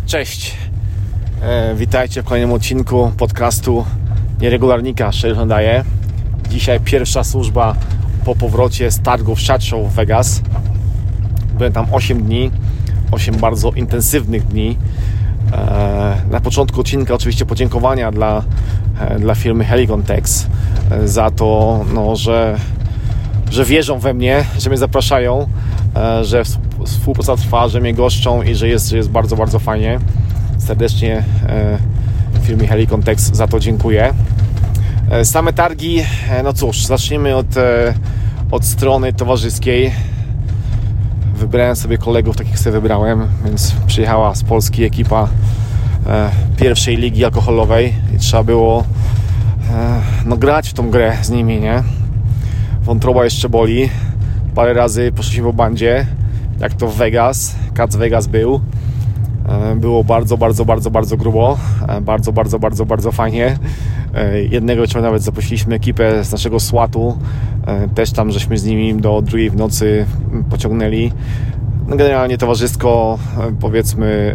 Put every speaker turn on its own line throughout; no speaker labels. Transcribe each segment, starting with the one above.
Cześć, witajcie w kolejnym odcinku podcastu Nieregularnika Shell Hyundai. Dzisiaj pierwsza służba po powrocie z targów SHOT Show w Vegas. Byłem tam 8 dni, 8 bardzo intensywnych dni. Na początku odcinka oczywiście podziękowania dla firmy Helicon Tex za to, że wierzą we mnie, że mnie zapraszają, że współpraca trwa, że mnie goszczą i że jest bardzo, bardzo fajnie. Serdecznie firmie Helicon Tex za to dziękuję. Same targi, no cóż, zaczniemy od strony towarzyskiej. Wybrałem sobie kolegów, takich sobie wybrałem, więc przyjechała z Polski ekipa pierwszej ligi alkoholowej i trzeba było grać w tą grę z nimi, nie? Wątroba jeszcze boli. Parę razy poszliśmy po bandzie, jak to w Vegas. Cats Vegas był. Było bardzo, bardzo, bardzo, bardzo grubo. Bardzo, bardzo, bardzo, bardzo fajnie. Jednego wieczoru nawet zaprosiliśmy ekipę z naszego SWAT-u. Też tam żeśmy z nimi do 2 w nocy pociągnęli. Generalnie towarzysko, powiedzmy,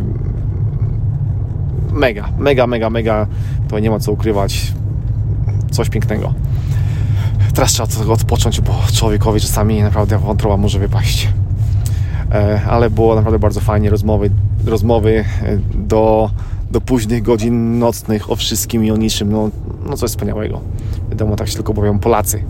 mega. To nie ma co ukrywać. Coś pięknego. Teraz trzeba tego odpocząć, bo człowiekowi czasami naprawdę wątroba może wypaść. Ale było naprawdę bardzo fajnie, rozmowy do późnych godzin nocnych o wszystkim i o niczym. No coś wspaniałego. Wiadomo, tak się tylko bawią Polacy.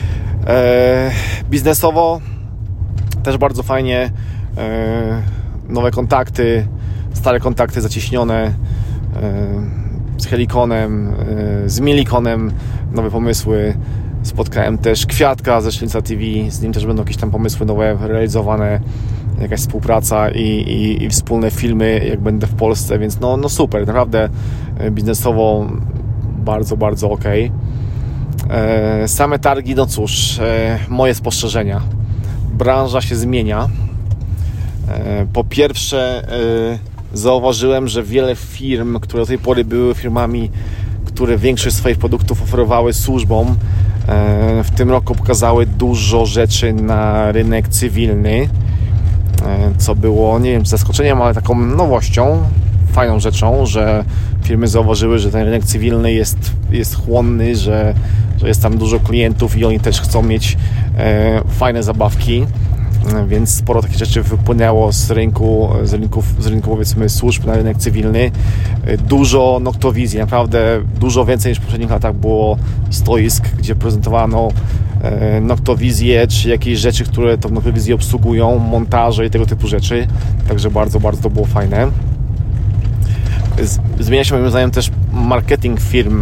Biznesowo też bardzo fajnie. Nowe kontakty, stare kontakty zacieśnione. Z Heliconem, z Milikonem nowe pomysły. Spotkałem też Kwiatka ze Szlica TV, z nim też będą jakieś tam pomysły nowe realizowane, jakaś współpraca i wspólne filmy, jak będę w Polsce, więc no super, naprawdę biznesowo bardzo, bardzo okej. Same targi, no cóż, moje spostrzeżenia. Branża się zmienia. Po pierwsze, zauważyłem, że wiele firm, które do tej pory były firmami, które większość swoich produktów oferowały służbom, w tym roku pokazały dużo rzeczy na rynek cywilny, co było, nie wiem, czy zaskoczeniem, ale taką nowością, fajną rzeczą, że firmy zauważyły, że ten rynek cywilny jest chłonny, że jest tam dużo klientów i oni też chcą mieć fajne zabawki, więc sporo takich rzeczy wypłynęło z rynku powiedzmy służb na rynek cywilny. Dużo noktowizji, naprawdę dużo więcej niż w poprzednich latach było stoisk, gdzie prezentowano noktowizje, czy jakieś rzeczy, które tą noktowizję obsługują, montaże i tego typu rzeczy, także bardzo, bardzo to było fajne. Zmienia się moim zdaniem też marketing firm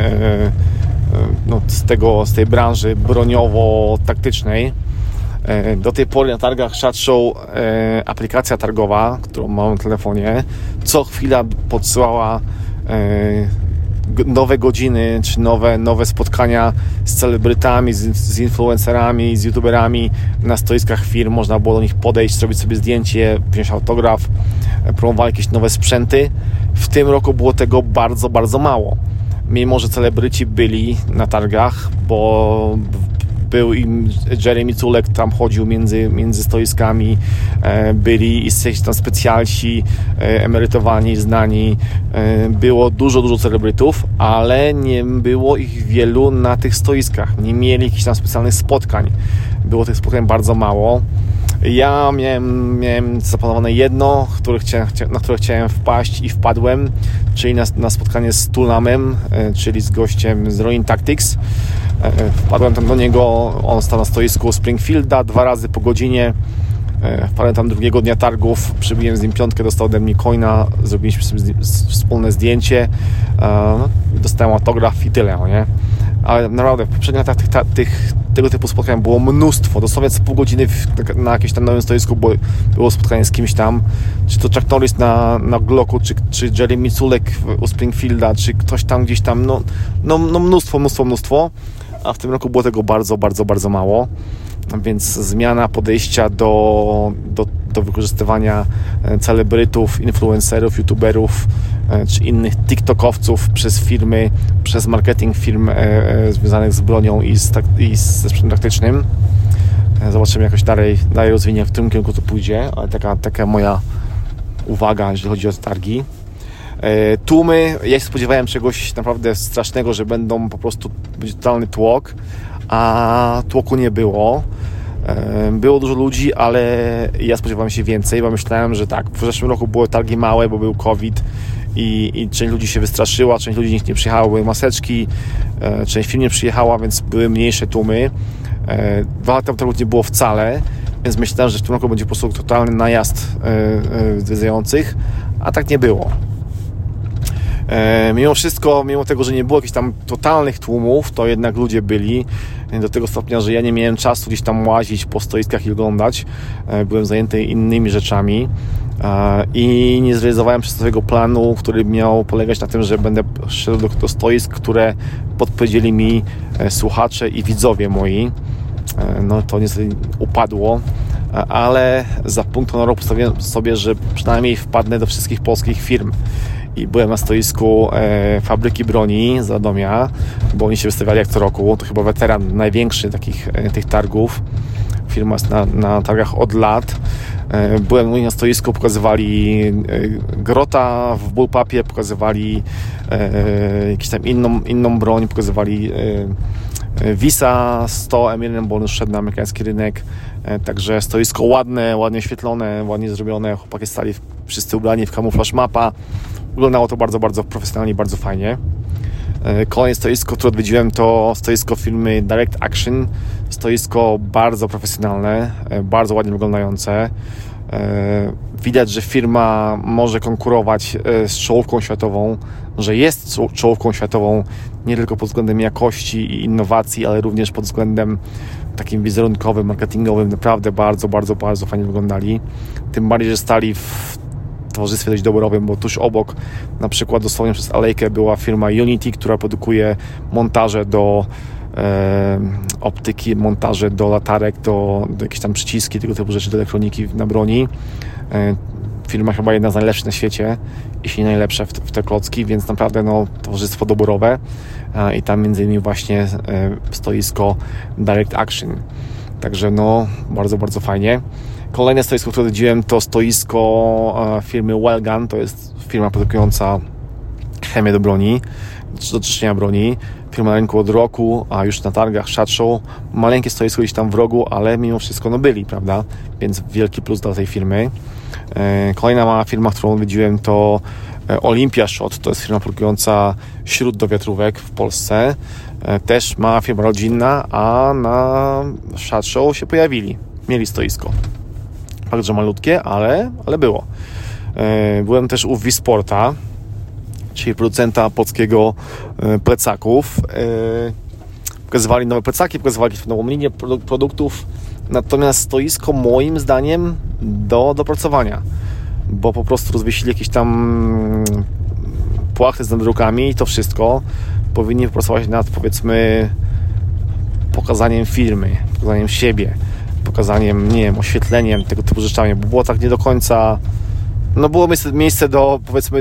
z tej branży broniowo-taktycznej. Do tej pory na targach SHOT Show aplikacja targowa, którą mam w telefonie, co chwila podsyłała nowe godziny, czy nowe spotkania z celebrytami, z influencerami, z youtuberami na stoiskach firm. Można było do nich podejść, zrobić sobie zdjęcie, wziąć autograf, promowali jakieś nowe sprzęty. W tym roku było tego bardzo, bardzo mało. Mimo że celebryci byli na targach, bo był im Jeremy Culek, tam chodził między stoiskami, byli i tam specjalci, emerytowani, znani. Było dużo celebrytów, ale nie było ich wielu na tych stoiskach. Nie mieli jakichś tam specjalnych spotkań. Było tych spotkań bardzo mało. Ja miałem zaplanowane jedno, na które chciałem wpaść i wpadłem, czyli na spotkanie z Tulnamem, czyli z gościem z Ronin Tactics. Wpadłem tam do niego, on stał na stoisku Springfielda 2 razy po godzinie. Wpadłem tam drugiego dnia targów, przybiłem z nim 5, dostał ode mnie coina, zrobiliśmy sobie wspólne zdjęcie, dostałem autograf i tyle, nie? Ale naprawdę w poprzednich latach tego typu spotkań było mnóstwo, dosłownie co pół godziny na jakimś tam nowym stoisku było spotkanie z kimś tam, czy to Chuck Norris na Glocku, czy Jeremy Culek u Springfielda, czy ktoś tam gdzieś tam, mnóstwo, a w tym roku było tego bardzo, bardzo, bardzo mało, więc zmiana podejścia do wykorzystywania celebrytów, influencerów, youtuberów czy innych tiktokowców przez firmy, przez marketing firm związanych z bronią i ze sprzętem taktycznym. Zobaczymy jakoś dalej rozwinie, w którym kierunku to pójdzie, ale taka moja uwaga, jeżeli chodzi o targi. Tłumy, ja się spodziewałem czegoś naprawdę strasznego, że będzie totalny tłok, a tłoku nie było. Było dużo ludzi, ale ja spodziewałem się więcej, bo myślałem, że tak, w zeszłym roku były targi małe, bo był COVID i część ludzi się wystraszyła, część ludzi nie przyjechała, były maseczki, część firm nie przyjechała, więc były mniejsze tłumy. 2 lata temu tego nie było wcale, więc myślałem, że w tym roku będzie po prostu totalny najazd zwiedzających, a tak nie było. Mimo wszystko, mimo tego, że nie było jakichś tam totalnych tłumów, to jednak ludzie byli do tego stopnia, że ja nie miałem czasu gdzieś tam łazić po stoiskach i oglądać. Byłem zajęty innymi rzeczami i nie zrealizowałem swojego planu, który miał polegać na tym, że będę szedł do stoisk, które podpowiedzieli mi słuchacze i widzowie moi. No to niestety upadło, ale za punkt honoru postawiłem sobie, że przynajmniej wpadnę do wszystkich polskich firm. I byłem na stoisku fabryki broni z Radomia, bo oni się wystawiali jak co roku. To chyba weteran największy tych targów. Firma jest na targach od lat. Byłem u nich na stoisku, pokazywali grota w bullpupie, pokazywali jakąś tam inną broń, pokazywali Visa 100 M1, bo on już szedł na amerykański rynek. Także stoisko ładne, ładnie oświetlone, ładnie zrobione. Chłopaki stali wszyscy ubrani w kamuflaż mapa. Wyglądało to bardzo, bardzo profesjonalnie i bardzo fajnie. Kolejne stoisko, które odwiedziłem, to stoisko firmy Direct Action. Stoisko bardzo profesjonalne, bardzo ładnie wyglądające. Widać, że firma może konkurować z czołówką światową, że jest czołówką światową nie tylko pod względem jakości i innowacji, ale również pod względem takim wizerunkowym, marketingowym. Naprawdę bardzo, bardzo, bardzo fajnie wyglądali. Tym bardziej, że stali w towarzystwie dość doborowym, bo tuż obok, na przykład dosłownie przez alejkę, była firma Unity, która produkuje montaże do optyki, montaże do latarek, do jakieś tam przyciski, tego typu rzeczy, do elektroniki na broni. Firma chyba jedna z najlepszych na świecie, jeśli nie najlepsza w te klocki, więc naprawdę towarzystwo doborowe i tam między innymi właśnie stoisko Direct Action. Także bardzo, bardzo fajnie. Kolejne stoisko, które odwiedziłem, to stoisko firmy Wellgun. To jest firma produkująca chemię do broni, do czyszczenia broni. Firma na rynku od roku, a już na targach SHOT Show. Maleńkie stoisko gdzieś tam w rogu, ale mimo wszystko byli, prawda? Więc wielki plus dla tej firmy. Kolejna mała firma, którą odwiedziłem, to Olympia Shot. To jest firma produkująca śrut do wiatrówek w Polsce. Też mała firma rodzinna, a na SHOT Show się pojawili. Mieli stoisko. Fakt, że malutkie, ale było. Byłem też u Wisporta, czyli producenta polskiego plecaków. Pokazywali nowe plecaki, pokazywali nową linię produktów, natomiast stoisko moim zdaniem do dopracowania, bo po prostu rozwiesili jakieś tam płachty z nadrukami i to wszystko. Powinni pracować nad, powiedzmy, pokazaniem firmy, pokazaniem siebie, pokazaniem, oświetleniem, tego typu rzeczami, bo było tak nie do końca, było miejsce do, powiedzmy,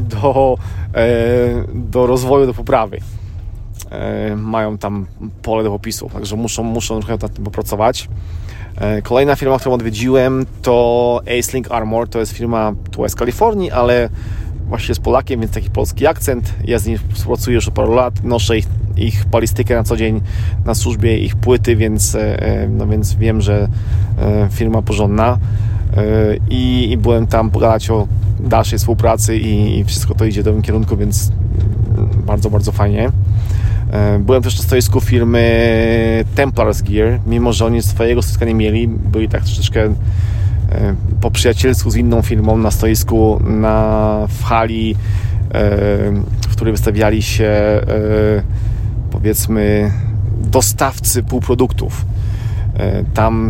do rozwoju, do poprawy. Mają tam pole do popisu, także muszą trochę nad tym popracować. Kolejna firma, którą odwiedziłem, to Acelink Armor. To jest firma tu z Kalifornii, ale właśnie jest Polakiem, więc taki polski akcent. Ja z nimi współpracuję już od paru lat, noszę ich balistykę na co dzień na służbie, ich płyty, więc wiem, że firma porządna. I byłem tam pogadać o dalszej współpracy i wszystko to idzie w dobrym kierunku, więc bardzo, bardzo fajnie. Byłem też na stoisku firmy Templars Gear, mimo że oni swojego stoiska nie mieli, byli tak troszeczkę po przyjacielsku z inną firmą na stoisku w hali, w której wystawiali się, powiedzmy, dostawcy półproduktów. Tam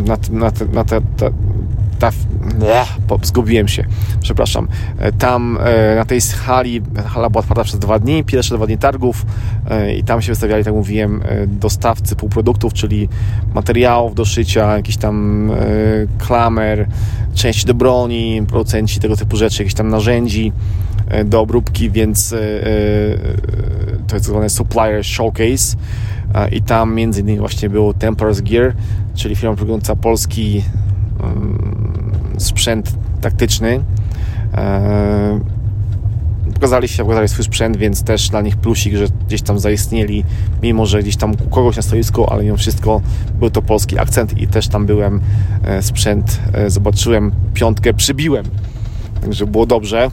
zgubiłem się, przepraszam. Tam na tej hala była otwarta przez 2 dni, pierwsze 2 dni targów i tam się wystawiali, tak mówiłem, dostawcy półproduktów, czyli materiałów do szycia, jakiś tam klamer, części do broni, producenci tego typu rzeczy, jakichś tam narzędzi do obróbki, więc to jest zwany Supplier Showcase i tam między innymi właśnie był Templars Gear, czyli firma produkująca polski sprzęt taktyczny. Pokazali swój sprzęt, więc też dla nich plusik, że gdzieś tam zaistnieli, mimo że gdzieś tam u kogoś na stoisku, ale mimo wszystko był to polski akcent i też tam byłem, sprzęt zobaczyłem, 5 przybiłem, także było dobrze.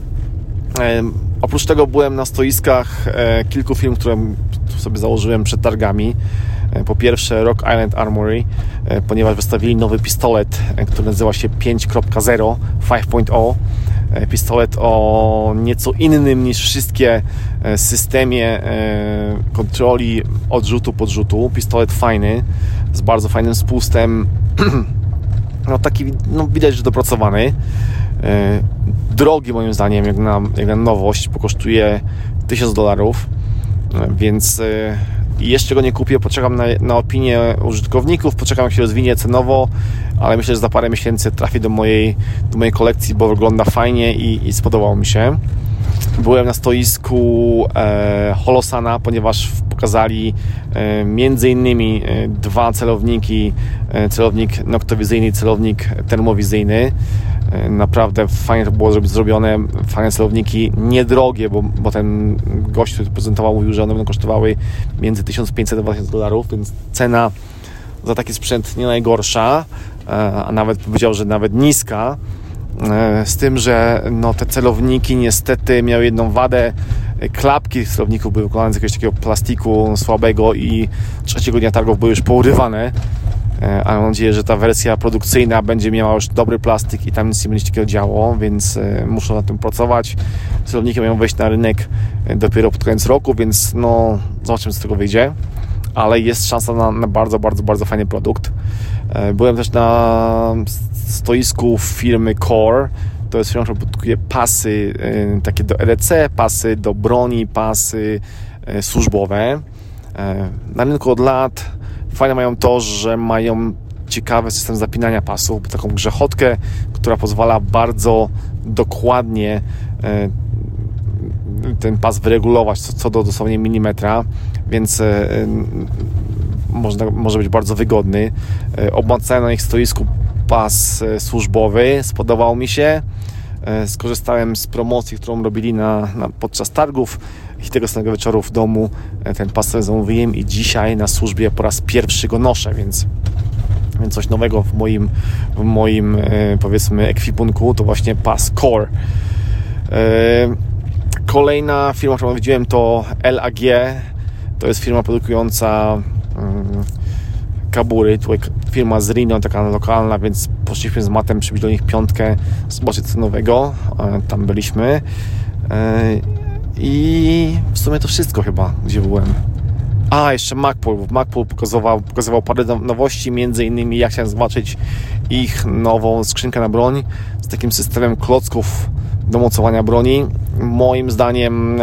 Oprócz tego byłem na stoiskach kilku firm, które sobie założyłem przed targami. Po pierwsze Rock Island Armory, ponieważ wystawili nowy pistolet, który nazywa się 5.0, 5.0. Pistolet o nieco innym niż wszystkie systemie kontroli odrzutu, podrzutu. Pistolet fajny, z bardzo fajnym spustem. No taki, no widać, że dopracowany. Drogi moim zdaniem, jak na nowość, bo kosztuje $1000, więc jeszcze go nie kupię, poczekam na opinię użytkowników, poczekam jak się rozwinie cenowo, ale myślę, że za parę miesięcy trafi do mojej kolekcji, bo wygląda fajnie i spodobało mi się. Byłem na stoisku Holosana, ponieważ pokazali między innymi 2 celowniki, celownik noktowizyjny i celownik termowizyjny. Naprawdę fajnie to było zrobione, fajne celowniki, niedrogie, bo ten gość, który prezentował, mówił, że one będą kosztowały między $1500 a $2000, więc cena za taki sprzęt nie najgorsza, a nawet powiedział, że nawet niska, z tym, że no, te celowniki niestety miały jedną wadę. Klapki celowników były wykonane z jakiegoś takiego plastiku słabego i 3 dnia targów były już pourywane, ale mam nadzieję, że ta wersja produkcyjna będzie miała już dobry plastik i tam nic nie będzie takiego działo, więc muszę nad tym pracować. Celowniki mają wejść na rynek dopiero pod koniec roku, więc no zobaczymy, co z tego wyjdzie, ale jest szansa na bardzo, bardzo, bardzo fajny produkt. Byłem też na stoisku firmy Core. To jest firma, która produkuje pasy takie do EDC, pasy do broni, pasy służbowe. Na rynku od lat fajne mają to, że mają ciekawy system zapinania pasów, taką grzechotkę, która pozwala bardzo dokładnie ten pas wyregulować co do dosłownie milimetra, więc może być bardzo wygodny. Obmacałem na ich stoisku pas służbowy, spodobał mi się. Skorzystałem z promocji, którą robili podczas targów i tego samego wieczoru w domu ten pas sobie zamówiłem i dzisiaj na służbie po raz pierwszy go noszę, więc coś nowego w moim powiedzmy ekwipunku to właśnie pas Core. Kolejna firma, którą widziałem, to LAG. To jest firma produkująca kabury, tutaj firma z Rino, taka lokalna, więc poszliśmy z Matem, przybić do nich 5, zobaczyć co nowego, tam byliśmy i w sumie to wszystko chyba, gdzie byłem. Jeszcze Magpul pokazywał parę nowości, między innymi ja chciałem zobaczyć ich nową skrzynkę na broń z takim systemem klocków do mocowania broni. Moim zdaniem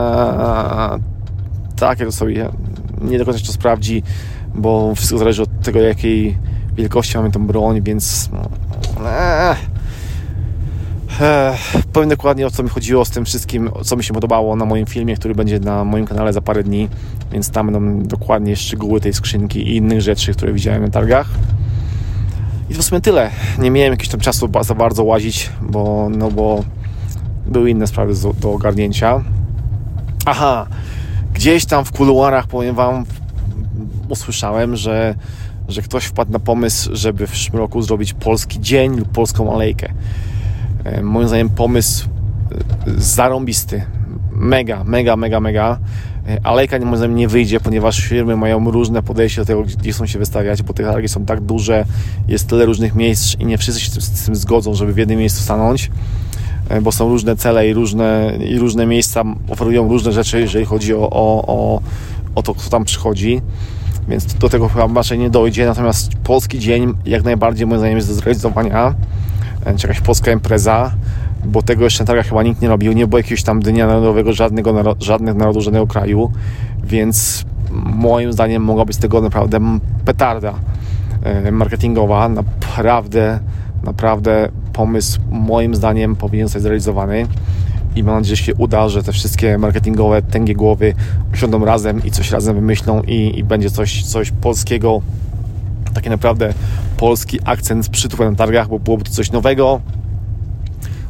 takie to sobie nie do końca to sprawdzi, bo wszystko zależy od tego, jakiej wielkości mamy tą broń, więc powiem dokładnie, o co mi chodziło z tym wszystkim, co mi się podobało na moim filmie, który będzie na moim kanale za parę dni, więc tam będą dokładnie szczegóły tej skrzynki i innych rzeczy, które widziałem na targach. I to w sumie tyle. Nie miałem jakiegoś tam czasu za bardzo łazić, bo były inne sprawy do ogarnięcia. Gdzieś tam w kuluarach, powiem wam, usłyszałem, że ktoś wpadł na pomysł, żeby w przyszłym roku zrobić polski dzień lub polską alejkę. Moim zdaniem pomysł zarąbisty. Mega. Alejka moim zdaniem nie wyjdzie, ponieważ firmy mają różne podejście do tego, gdzie chcą się wystawiać, bo te targi są tak duże, jest tyle różnych miejsc i nie wszyscy się z tym zgodzą, żeby w jednym miejscu stanąć, bo są różne cele i różne miejsca oferują różne rzeczy, jeżeli chodzi o to, kto tam przychodzi, więc do tego chyba raczej nie dojdzie. Natomiast polski dzień jak najbardziej moim zdaniem jest do zrealizowania, czy jakaś polska impreza, bo tego jeszcze na targach chyba nikt nie robił, nie było jakiegoś tam dnia narodowego żadnych narodów, żadnego kraju, więc moim zdaniem mogła być z tego naprawdę petarda marketingowa. Naprawdę pomysł moim zdaniem powinien zostać zrealizowany i mam nadzieję, że się uda, że te wszystkie marketingowe tęgie głowy usiądą razem i coś razem wymyślą i będzie coś polskiego, taki naprawdę polski akcent z przytupem na targach, bo byłoby to coś nowego,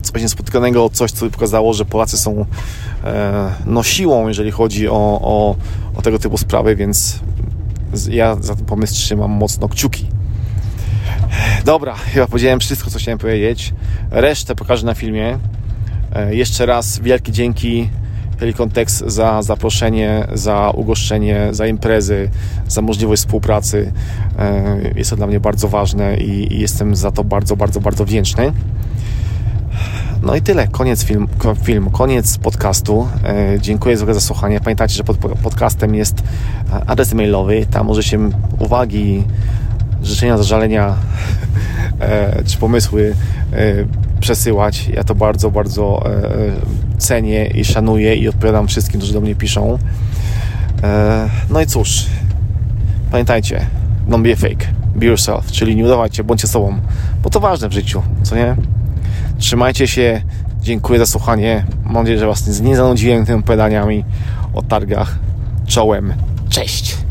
coś niespotykanego, coś, co by pokazało, że Polacy są siłą, jeżeli chodzi o tego typu sprawy, więc ja za ten pomysł trzymam mocno kciuki. Dobra, chyba powiedziałem wszystko, co chciałem powiedzieć. Resztę pokażę na filmie. Jeszcze raz wielkie dzięki Helicontext za zaproszenie, za ugoszczenie, za imprezy, za możliwość współpracy. Jest to dla mnie bardzo ważne i jestem za to bardzo, bardzo, bardzo wdzięczny. No i tyle. Koniec koniec podcastu. Dziękuję za słuchanie. Pamiętajcie, że pod podcastem jest adres mailowy. Tam możecie uwagi, życzenia, zażalenia czy pomysły przesyłać. Ja to bardzo, bardzo cenię i szanuję i odpowiadam wszystkim, którzy do mnie piszą. No i cóż, pamiętajcie, don't be a fake, be yourself, czyli nie udawajcie, bądźcie sobą, bo to ważne w życiu, co nie? Trzymajcie się, dziękuję za słuchanie, mam nadzieję, że was nie zanudziłem tymi opowiadaniami o targach. Czołem, cześć!